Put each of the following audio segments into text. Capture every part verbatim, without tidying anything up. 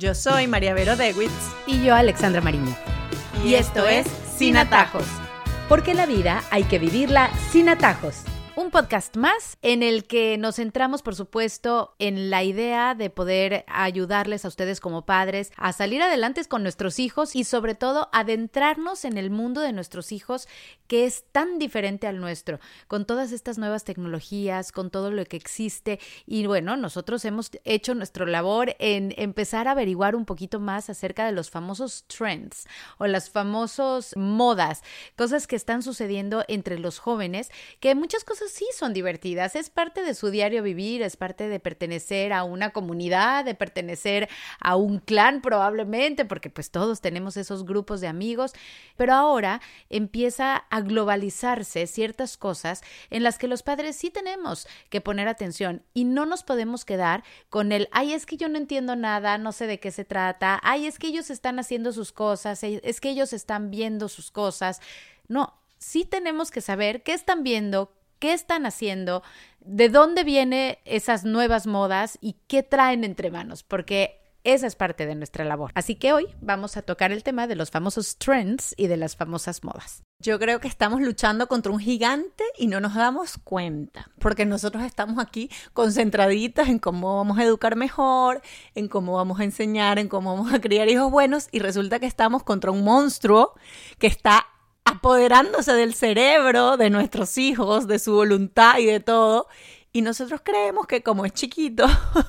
Yo soy María Vero Dewitz. Y yo, Alexandra Mariño. Y, y esto, esto es Sin Atajos. Porque la vida hay que vivirla sin atajos. Un podcast más en el que nos centramos, por supuesto, en la idea de poder ayudarles a ustedes como padres a salir adelante con nuestros hijos y sobre todo adentrarnos en el mundo de nuestros hijos que es tan diferente al nuestro, con todas estas nuevas tecnologías, con todo lo que existe. Y bueno, nosotros hemos hecho nuestra labor en empezar a averiguar un poquito más acerca de los famosos trends o las famosas modas, cosas que están sucediendo entre los jóvenes, que muchas cosas sí son divertidas, es parte de su diario vivir, es parte de pertenecer a una comunidad, de pertenecer a un clan probablemente, porque pues todos tenemos esos grupos de amigos, pero ahora empieza a globalizarse ciertas cosas en las que los padres sí tenemos que poner atención y no nos podemos quedar con el, ay, es que yo no entiendo nada, no sé de qué se trata, ay, es que ellos están haciendo sus cosas, es que ellos están viendo sus cosas. No, sí tenemos que saber qué están viendo, qué están haciendo, de dónde vienen esas nuevas modas y qué traen entre manos, porque esa es parte de nuestra labor. Así que hoy vamos a tocar el tema de los famosos trends y de las famosas modas. Yo creo que estamos luchando contra un gigante y no nos damos cuenta, porque nosotros estamos aquí concentraditas en cómo vamos a educar mejor, en cómo vamos a enseñar, en cómo vamos a criar hijos buenos, y resulta que estamos contra un monstruo que está apoderándose del cerebro de nuestros hijos, de su voluntad y de todo. Y nosotros creemos que como es chiquito,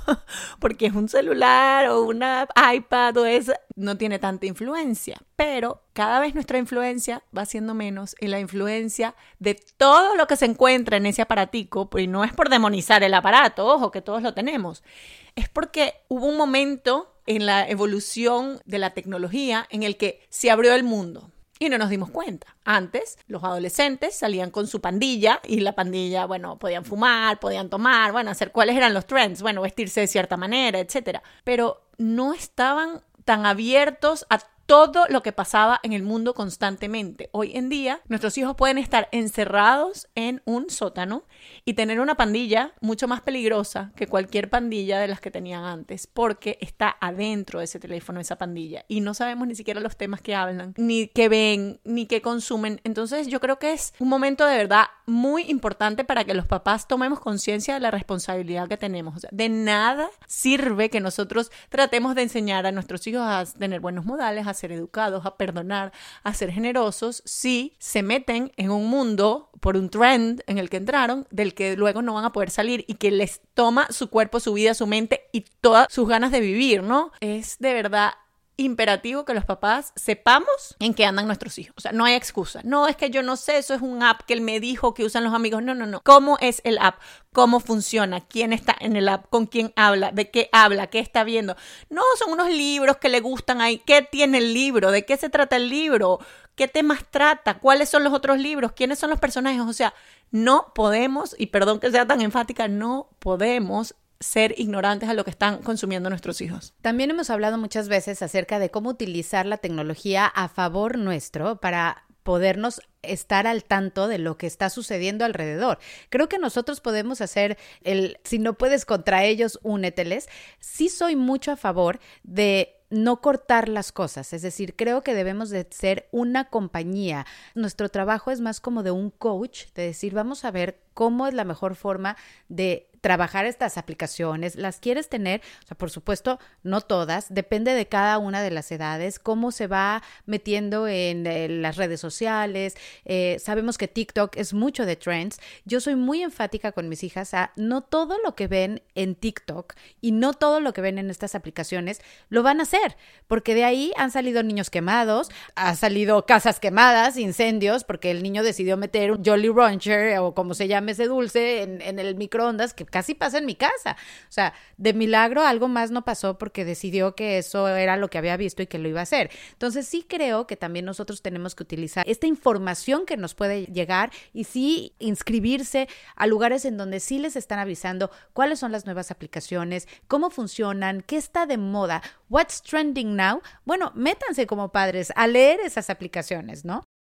porque es un celular o una iPad o eso, no tiene tanta influencia. Pero cada vez nuestra influencia va siendo menos y la influencia de todo lo que se encuentra en ese aparatico, y no es por demonizar el aparato, ojo, que todos lo tenemos, es porque hubo un momento en la evolución de la tecnología en el que se abrió el mundo. Y no nos dimos cuenta. Antes, los adolescentes salían con su pandilla y la pandilla, bueno, podían fumar, podían tomar, bueno, hacer cuáles eran los trends, bueno, vestirse de cierta manera, etcétera. Pero no estaban tan abiertos a todo lo que pasaba en el mundo constantemente. Hoy en día, nuestros hijos pueden estar encerrados en un sótano y tener una pandilla mucho más peligrosa que cualquier pandilla de las que tenían antes, porque está adentro de ese teléfono, esa pandilla, y no sabemos ni siquiera los temas que hablan, ni qué ven, ni qué consumen. Entonces yo creo que es un momento de verdad muy importante para que los papás tomemos conciencia de la responsabilidad que tenemos. O sea, de nada sirve que nosotros tratemos de enseñar a nuestros hijos a tener buenos modales, a ser educados, a perdonar, a ser generosos, si se meten en un mundo por un trend en el que entraron, del que luego no van a poder salir y que les toma su cuerpo, su vida, su mente y todas sus ganas de vivir, ¿no? Es de verdad imperativo que los papás sepamos en qué andan nuestros hijos. O sea, no hay excusa. No, es que yo no sé, eso es un app que él me dijo que usan los amigos. No, no, no. ¿Cómo es el app? ¿Cómo funciona? ¿Quién está en el app? ¿Con quién habla? ¿De qué habla? ¿Qué está viendo? No, son unos libros que le gustan ahí. ¿Qué tiene el libro? ¿De qué se trata el libro? ¿Qué temas trata? ¿Cuáles son los otros libros? ¿Quiénes son los personajes? O sea, no podemos, y perdón que sea tan enfática, no podemos ser ignorantes a lo que están consumiendo nuestros hijos. También hemos hablado muchas veces acerca de cómo utilizar la tecnología a favor nuestro para podernos estar al tanto de lo que está sucediendo alrededor. Creo que nosotros podemos hacer el, si no puedes contra ellos, úneteles. Sí soy mucho a favor de no cortar las cosas, es decir, creo que debemos de ser una compañía. Nuestro trabajo es más como de un coach, de decir, vamos a ver cómo es la mejor forma de trabajar estas aplicaciones. ¿Las quieres tener? O sea, por supuesto, no todas, depende de cada una de las edades, cómo se va metiendo en, en las redes sociales. Eh, sabemos que TikTok es mucho de trends. Yo soy muy enfática con mis hijas a no todo lo que ven en TikTok y no todo lo que ven en estas aplicaciones lo van a hacer, porque de ahí han salido niños quemados, han salido casas quemadas, incendios, porque el niño decidió meter un Jolly Rancher o como se llame ese dulce en, en el microondas, que casi pasa en mi casa. O sea, de milagro algo más no pasó porque decidió que eso era lo que había visto y que lo iba a hacer. Entonces sí creo que también nosotros tenemos que utilizar esta información que nos puede llegar y sí inscribirse a lugares en donde sí les están avisando cuáles son las nuevas aplicaciones, cómo funcionan, qué está de moda, what's trending now. Bueno, métanse como padres a leer esas aplicaciones, ¿no?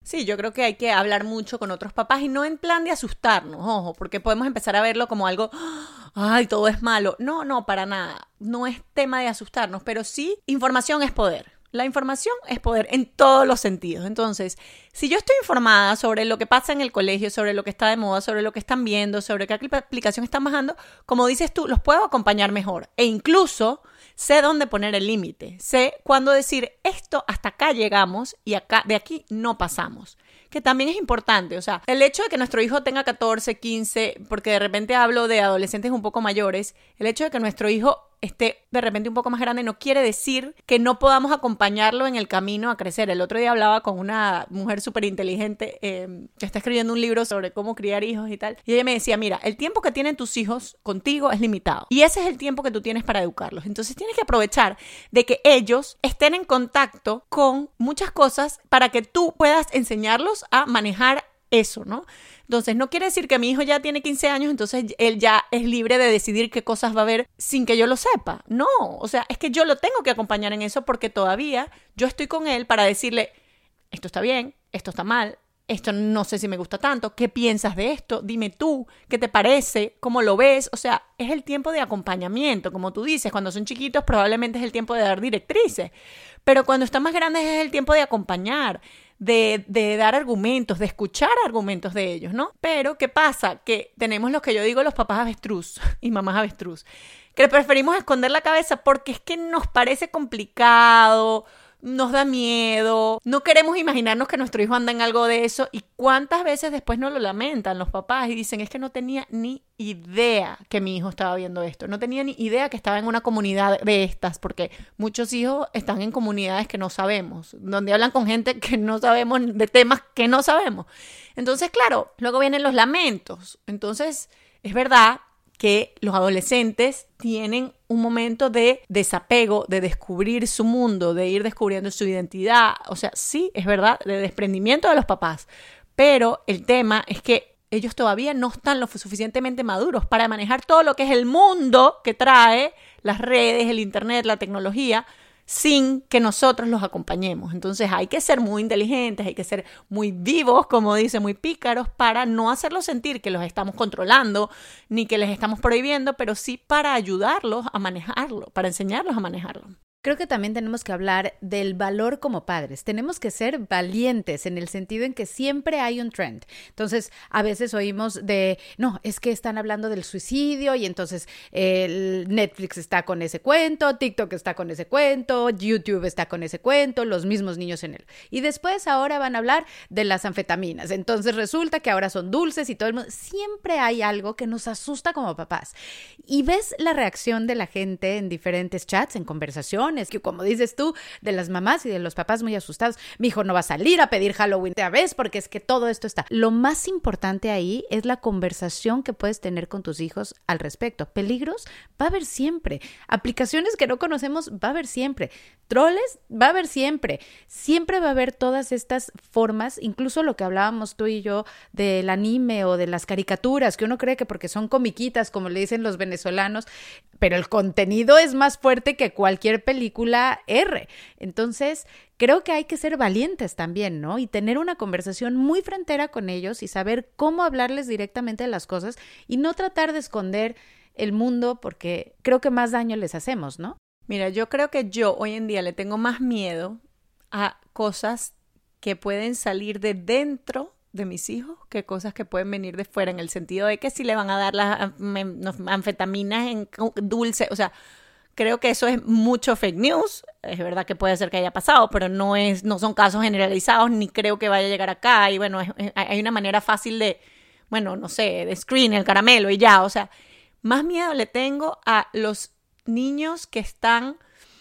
Sí, yo creo que hay que hablar mucho con otros papás y no en plan de asustarnos, ojo, porque podemos empezar a verlo como algo, ay, todo es malo. No, no, para nada. No es tema de asustarnos, pero sí, información es poder. La información es poder en todos los sentidos. Entonces, si yo estoy informada sobre lo que pasa en el colegio, sobre lo que está de moda, sobre lo que están viendo, sobre qué aplicación están bajando, como dices tú, los puedo acompañar mejor. E incluso sé dónde poner el límite. Sé cuándo decir, esto hasta acá llegamos y acá, de aquí no pasamos. Que también es importante. O sea, el hecho de que nuestro hijo tenga catorce, quince, porque de repente hablo de adolescentes un poco mayores, el hecho de que nuestro hijo esté de repente un poco más grande no quiere decir que no podamos acompañarlo en el camino a crecer. El otro día hablaba con una mujer súper inteligente eh, que está escribiendo un libro sobre cómo criar hijos y tal, y ella me decía, mira, el tiempo que tienen tus hijos contigo es limitado y ese es el tiempo que tú tienes para educarlos. Entonces tienes que aprovechar de que ellos estén en contacto con muchas cosas para que tú puedas enseñarlos a manejar eso, ¿no? Entonces, no quiere decir que mi hijo ya tiene quince años, entonces él ya es libre de decidir qué cosas va a ver sin que yo lo sepa. No, o sea, es que yo lo tengo que acompañar en eso porque todavía yo estoy con él para decirle, esto está bien, esto está mal, esto no sé si me gusta tanto, ¿qué piensas de esto? Dime tú, ¿qué te parece? ¿Cómo lo ves? O sea, es el tiempo de acompañamiento, como tú dices, cuando son chiquitos probablemente es el tiempo de dar directrices, pero cuando están más grandes es el tiempo de acompañar, De, de dar argumentos, de escuchar argumentos de ellos, ¿no? Pero, ¿qué pasa? Que tenemos lo que yo digo los papás avestruz y mamás avestruz, que preferimos esconder la cabeza porque es que nos parece complicado, nos da miedo, no queremos imaginarnos que nuestro hijo anda en algo de eso y cuántas veces después nos lo lamentan los papás y dicen, es que no tenía ni idea que mi hijo estaba viendo esto, no tenía ni idea que estaba en una comunidad de estas, porque muchos hijos están en comunidades que no sabemos, donde hablan con gente que no sabemos, de temas que no sabemos. Entonces, claro, luego vienen los lamentos. Entonces, es verdad que los adolescentes tienen un momento de desapego, de descubrir su mundo, de ir descubriendo su identidad. O sea, sí, es verdad, de desprendimiento de los papás. Pero el tema es que ellos todavía no están lo suficientemente maduros para manejar todo lo que es el mundo que trae las redes, el internet, la tecnología, sin que nosotros los acompañemos. Entonces hay que ser muy inteligentes, hay que ser muy vivos, como dice, muy pícaros, para no hacerlos sentir que los estamos controlando, ni que les estamos prohibiendo, pero sí para ayudarlos a manejarlo, para enseñarlos a manejarlo. Creo que también tenemos que hablar del valor como padres. Tenemos que ser valientes en el sentido en que siempre hay un trend. Entonces, a veces oímos de, no, es que están hablando del suicidio y entonces eh, Netflix está con ese cuento, TikTok está con ese cuento, YouTube está con ese cuento, los mismos niños en él. Y después ahora van a hablar de las anfetaminas. Entonces resulta que ahora son dulces y todo el mundo. Siempre hay algo que nos asusta como papás. Y ves la reacción de la gente en diferentes chats, en conversaciones, que como dices tú, de las mamás y de los papás muy asustados, mi hijo no va a salir a pedir Halloween otra vez porque es que todo esto está. Lo más importante ahí es la conversación que puedes tener con tus hijos al respecto. Peligros va a haber siempre, aplicaciones que no conocemos va a haber siempre, troles va a haber siempre, siempre va a haber todas estas formas, incluso lo que hablábamos tú y yo del anime o de las caricaturas, que uno cree que porque son comiquitas, como le dicen los venezolanos, pero el contenido es más fuerte que cualquier película R. Entonces, creo que hay que ser valientes también, ¿no? Y tener una conversación muy frentera con ellos y saber cómo hablarles directamente de las cosas y no tratar de esconder el mundo porque creo que más daño les hacemos, ¿no? Mira, yo creo que yo hoy en día le tengo más miedo a cosas que pueden salir de dentro de mis hijos que cosas que pueden venir de fuera, en el sentido de que si le van a dar las anfetaminas en dulce, o sea, creo que eso es mucho fake news. Es verdad que puede ser que haya pasado, pero no es, no son casos generalizados, ni creo que vaya a llegar acá. Y bueno, es, es, hay una manera fácil de, bueno, no sé, de screen el caramelo y ya. O sea, más miedo le tengo a los niños que están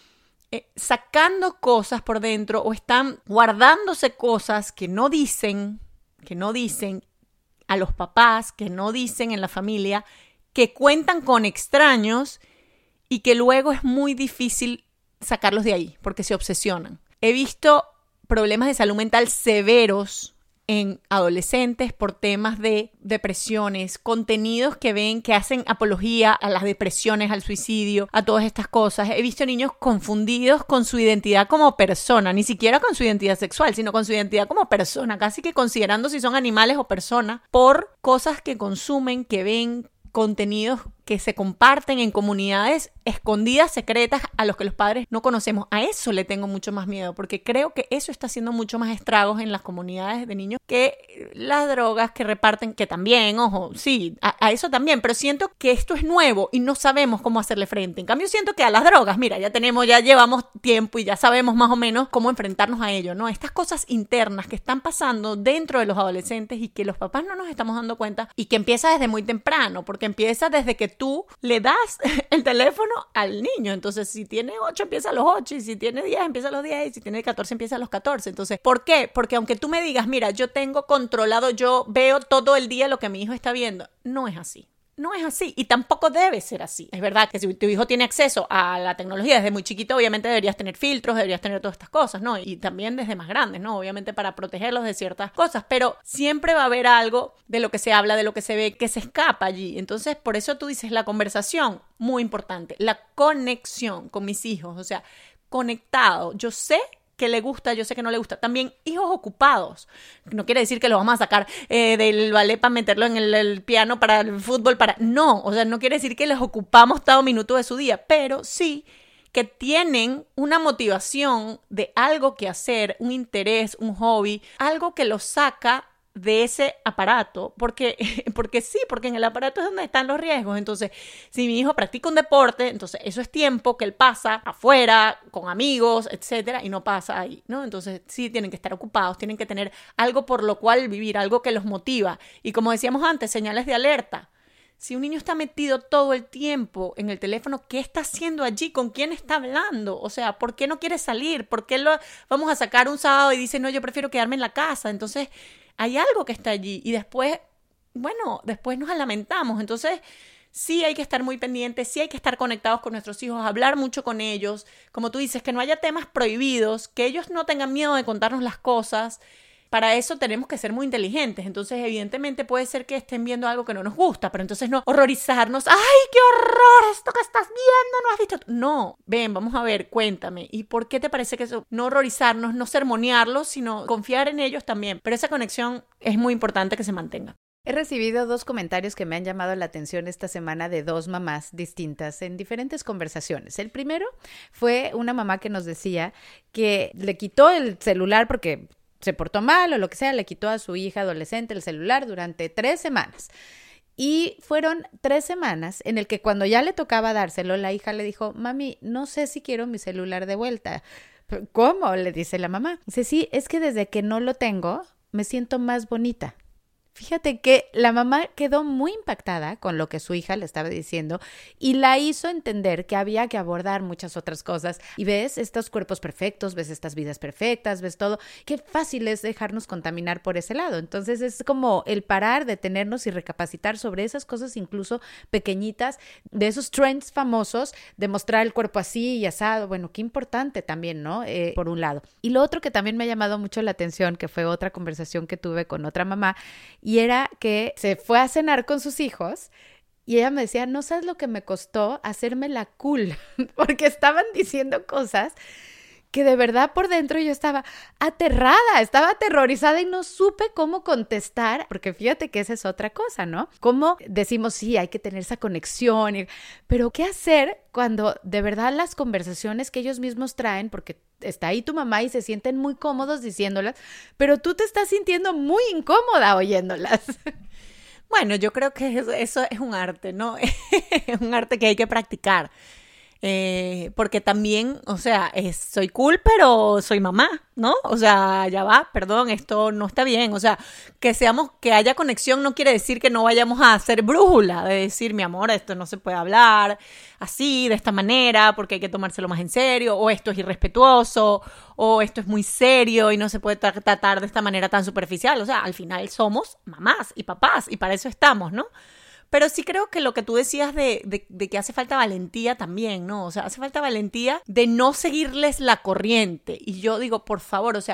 eh, sacando cosas por dentro o están guardándose cosas que no dicen, que no dicen a los papás, que no dicen en la familia, que cuentan con extraños y que luego es muy difícil sacarlos de ahí porque se obsesionan. He visto problemas de salud mental severos en adolescentes por temas de depresiones, contenidos que ven que hacen apología a las depresiones, al suicidio, a todas estas cosas. He visto niños confundidos con su identidad como persona, ni siquiera con su identidad sexual, sino con su identidad como persona, casi que considerando si son animales o personas, por cosas que consumen, que ven, contenidos que se comparten en comunidades escondidas, secretas, a los que los padres no conocemos. A eso le tengo mucho más miedo, porque creo que eso está haciendo mucho más estragos en las comunidades de niños que las drogas que reparten, que también, ojo, sí, a, a eso también, pero siento que esto es nuevo y no sabemos cómo hacerle frente. En cambio, siento que a las drogas, mira, ya tenemos, ya llevamos tiempo y ya sabemos más o menos cómo enfrentarnos a ello, ¿no? Estas cosas internas que están pasando dentro de los adolescentes y que los papás no nos estamos dando cuenta y que empieza desde muy temprano, porque empieza desde que tú le das el teléfono al niño. Entonces, si tiene ocho, empieza a los ocho, y si tiene diez, empieza a los diez, y si tiene catorce, empieza a los catorce. Entonces, ¿por qué? Porque aunque tú me digas, mira, yo tengo controlado, yo veo todo el día lo que mi hijo está viendo, no es así. No es así y tampoco debe ser así. Es verdad que si tu hijo tiene acceso a la tecnología desde muy chiquito, obviamente deberías tener filtros, deberías tener todas estas cosas, ¿no? Y también desde más grandes, ¿no? Obviamente para protegerlos de ciertas cosas, pero siempre va a haber algo de lo que se habla, de lo que se ve, que se escapa allí. Entonces, por eso tú dices la conversación, muy importante, la conexión con mis hijos, o sea, conectado. Yo sé que le gusta, yo sé que no le gusta. También hijos ocupados. No quiere decir que los vamos a sacar eh, del ballet para meterlo en el, el piano, para el fútbol, para... No, o sea, no quiere decir que les ocupamos todo minuto de su día, pero sí que tienen una motivación de algo que hacer, un interés, un hobby, algo que los saca de ese aparato, porque, porque sí, porque en el aparato es donde están los riesgos. Entonces, si mi hijo practica un deporte, entonces eso es tiempo que él pasa afuera, con amigos, etcétera, y no pasa ahí, ¿no? Entonces, sí, tienen que estar ocupados, tienen que tener algo por lo cual vivir, algo que los motiva. Y como decíamos antes, señales de alerta. Si un niño está metido todo el tiempo en el teléfono, ¿qué está haciendo allí? ¿Con quién está hablando? O sea, ¿por qué no quiere salir? ¿Por qué lo vamos a sacar un sábado y dice, no, yo prefiero quedarme en la casa? Entonces, hay algo que está allí y después, bueno, después nos lamentamos. Entonces, sí hay que estar muy pendientes, sí hay que estar conectados con nuestros hijos, hablar mucho con ellos. Como tú dices, que no haya temas prohibidos, que ellos no tengan miedo de contarnos las cosas. Para eso tenemos que ser muy inteligentes. Entonces, evidentemente, puede ser que estén viendo algo que no nos gusta, pero entonces no horrorizarnos. ¡Ay, qué horror! Esto que estás viendo, ¿no has visto? No, ven, vamos a ver, cuéntame. ¿Y por qué te parece que eso? No horrorizarnos, no sermonearlos, sino confiar en ellos también. Pero esa conexión es muy importante que se mantenga. He recibido dos comentarios que me han llamado la atención esta semana de dos mamás distintas en diferentes conversaciones. El primero fue una mamá que nos decía que le quitó el celular porque se portó mal o lo que sea, le quitó a su hija adolescente el celular durante tres semanas. Y fueron tres semanas en el que cuando ya le tocaba dárselo, la hija le dijo, mami, no sé si quiero mi celular de vuelta. ¿Cómo? Le dice la mamá. Dice, sí, es que desde que no lo tengo, me siento más bonita. Fíjate que la mamá quedó muy impactada con lo que su hija le estaba diciendo y la hizo entender que había que abordar muchas otras cosas. Y ves estos cuerpos perfectos, ves estas vidas perfectas, ves todo. Qué fácil es dejarnos contaminar por ese lado. Entonces es como el parar, detenernos y recapacitar sobre esas cosas incluso pequeñitas, de esos trends famosos, de mostrar el cuerpo así y asado. Bueno, qué importante también, ¿no? Eh, por un lado. Y lo otro que también me ha llamado mucho la atención, que fue otra conversación que tuve con otra mamá, y era que se fue a cenar con sus hijos y ella me decía, no sabes lo que me costó hacerme la cool, porque estaban diciendo cosas que de verdad por dentro yo estaba aterrada, estaba aterrorizada y no supe cómo contestar, porque fíjate que esa es otra cosa, ¿no? Cómo decimos, sí, hay que tener esa conexión, y... pero ¿qué hacer cuando de verdad las conversaciones que ellos mismos traen, porque está ahí tu mamá y se sienten muy cómodos diciéndolas, pero tú te estás sintiendo muy incómoda oyéndolas? Bueno, yo creo que eso, eso es un arte, ¿no? Es un arte que hay que practicar. Eh, porque también, o sea, es, soy cool, pero soy mamá, ¿no? O sea, ya va, perdón, esto no está bien. O sea, que seamos, que haya conexión no quiere decir que no vayamos a hacer brújula, de decir, mi amor, esto no se puede hablar así, de esta manera, porque hay que tomárselo más en serio, o esto es irrespetuoso, o esto es muy serio y no se puede tra- tratar de esta manera tan superficial. O sea, al final somos mamás y papás y para eso estamos, ¿no? Pero sí creo que lo que tú decías de, de, de que hace falta valentía también, ¿no? O sea, hace falta valentía de no seguirles la corriente. Y yo digo, por favor, o sea,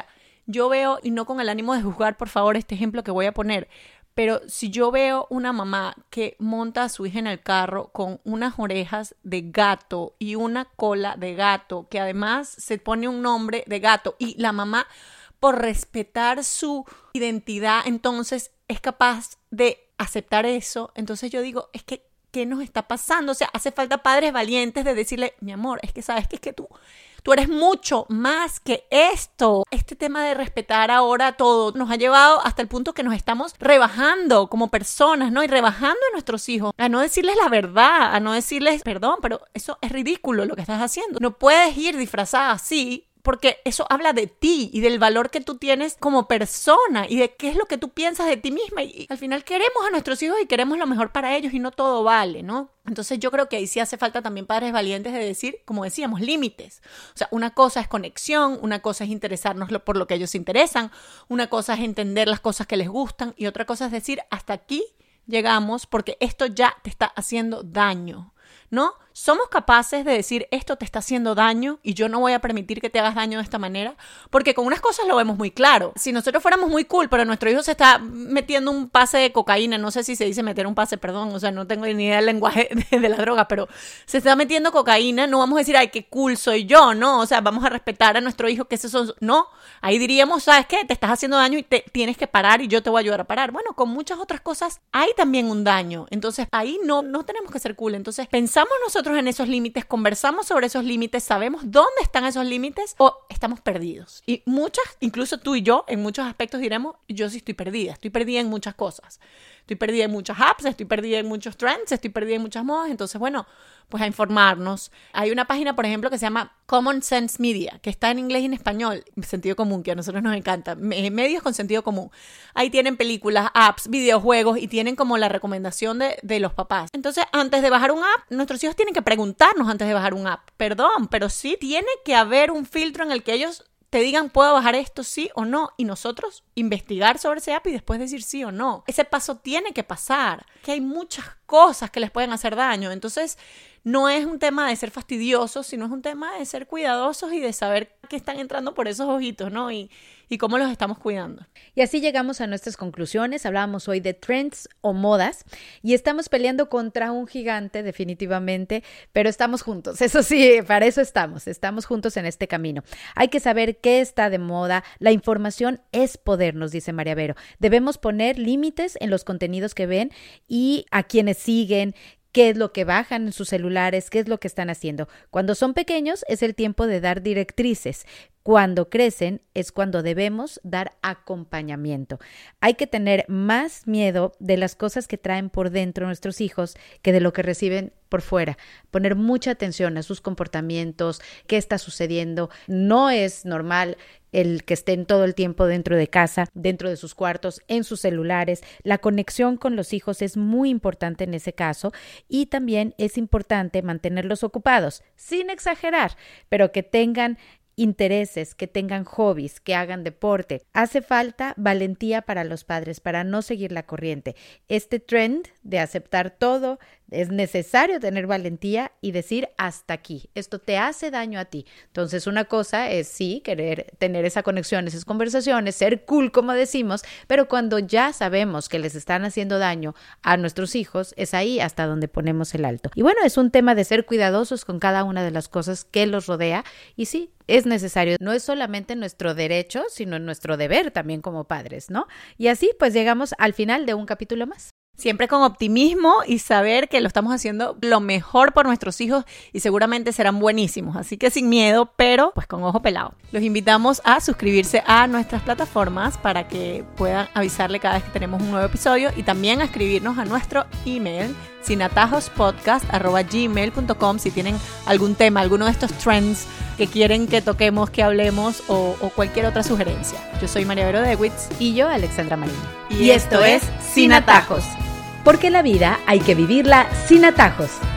yo veo, y no con el ánimo de juzgar, por favor, este ejemplo que voy a poner, pero si yo veo una mamá que monta a su hija en el carro con unas orejas de gato y una cola de gato, que además se pone un nombre de gato, y la mamá, por respetar su identidad, entonces es capaz de aceptar eso, entonces yo digo, es que, ¿qué nos está pasando? O sea, hace falta padres valientes de decirle, mi amor, es que sabes que es que tú, tú eres mucho más que esto. Este tema de respetar ahora todo nos ha llevado hasta el punto que nos estamos rebajando como personas, ¿no? Y rebajando a nuestros hijos, a no decirles la verdad, a no decirles, perdón, pero eso es ridículo lo que estás haciendo. No puedes ir disfrazada así, porque eso habla de ti y del valor que tú tienes como persona y de qué es lo que tú piensas de ti misma. Y al final queremos a nuestros hijos y queremos lo mejor para ellos y no todo vale, ¿no? Entonces yo creo que ahí sí hace falta también padres valientes de decir, como decíamos, límites. O sea, una cosa es conexión, una cosa es interesarnos por lo que ellos se interesan, una cosa es entender las cosas que les gustan y otra cosa es decir, hasta aquí llegamos porque esto ya te está haciendo daño, ¿no? Somos capaces de decir, esto te está haciendo daño y yo no voy a permitir que te hagas daño de esta manera, porque con unas cosas lo vemos muy claro. Si nosotros fuéramos muy cool, pero nuestro hijo se está metiendo un pase de cocaína, no sé si se dice meter un pase, perdón, o sea, no tengo ni idea del lenguaje de, de la droga, pero se está metiendo cocaína, no vamos a decir, ay, qué cool soy yo, ¿no? O sea, vamos a respetar a nuestro hijo, que eso son, no, ahí diríamos, ¿sabes qué? Te estás haciendo daño y te tienes que parar y yo te voy a ayudar a parar. Bueno, con muchas otras cosas hay también un daño, entonces ahí no, no tenemos que ser cool, entonces pensamos nosotros en esos límites, conversamos sobre esos límites, sabemos dónde están esos límites o estamos perdidos. Y muchas, incluso tú y yo, en muchos aspectos diremos, yo sí estoy perdida, estoy perdida en muchas cosas. Estoy perdida en muchas apps, estoy perdida en muchos trends, estoy perdida en muchas modas. Entonces, bueno, pues a informarnos. Hay una página, por ejemplo, que se llama Common Sense Media, que está en inglés y en español. Sentido común, que a nosotros nos encanta. Medios con sentido común. Ahí tienen películas, apps, videojuegos y tienen como la recomendación de, de los papás. Entonces, antes de bajar un app, nuestros hijos tienen que preguntarnos antes de bajar un app. Perdón, pero sí tiene que haber un filtro en el que ellos te digan, ¿puedo bajar esto sí o no? Y nosotros investigar sobre ese app y después decir sí o no. Ese paso tiene que pasar, que hay muchas cosas que les pueden hacer daño. Entonces, no es un tema de ser fastidiosos, sino es un tema de ser cuidadosos y de saber que están entrando por esos ojitos, ¿no? Y, y cómo los estamos cuidando. Y así llegamos a nuestras conclusiones. Hablábamos hoy de trends o modas y estamos peleando contra un gigante definitivamente, pero estamos juntos. Eso sí, para eso estamos. Estamos juntos en este camino. Hay que saber qué está de moda. La información es poder, nos dice María Vero. Debemos poner límites en los contenidos que ven y a quienes siguen, qué es lo que bajan en sus celulares, qué es lo que están haciendo. Cuando son pequeños es el tiempo de dar directrices. Cuando crecen es cuando debemos dar acompañamiento. Hay que tener más miedo de las cosas que traen por dentro nuestros hijos que de lo que reciben por fuera. Poner mucha atención a sus comportamientos, qué está sucediendo. No es normal el que estén todo el tiempo dentro de casa, dentro de sus cuartos, en sus celulares. La conexión con los hijos es muy importante en ese caso y también es importante mantenerlos ocupados, sin exagerar, pero que tengan intereses, que tengan hobbies, que hagan deporte. Hace falta valentía para los padres para no seguir la corriente. Este trend de aceptar todo, es necesario tener valentía y decir hasta aquí. Esto te hace daño a ti. Entonces una cosa es sí, querer tener esa conexión, esas conversaciones, ser cool como decimos, pero cuando ya sabemos que les están haciendo daño a nuestros hijos, es ahí hasta donde ponemos el alto. Y bueno, es un tema de ser cuidadosos con cada una de las cosas que los rodea y sí, es necesario. No es solamente nuestro derecho, sino nuestro deber también como padres, ¿no? Y así pues llegamos al final de un capítulo más. Siempre con optimismo y saber que lo estamos haciendo lo mejor por nuestros hijos y seguramente serán buenísimos. Así que sin miedo, pero pues con ojo pelado. Los invitamos a suscribirse a nuestras plataformas para que puedan avisarle cada vez que tenemos un nuevo episodio y también a escribirnos a nuestro email sinatajospodcast arroba gmail punto com si tienen algún tema, alguno de estos trends que quieren que toquemos, que hablemos o, o cualquier otra sugerencia. Yo soy María Vero Dewitz. Y yo, Alexandra Marín. Y, y esto, esto es Sin Atajos. Porque la vida hay que vivirla sin atajos.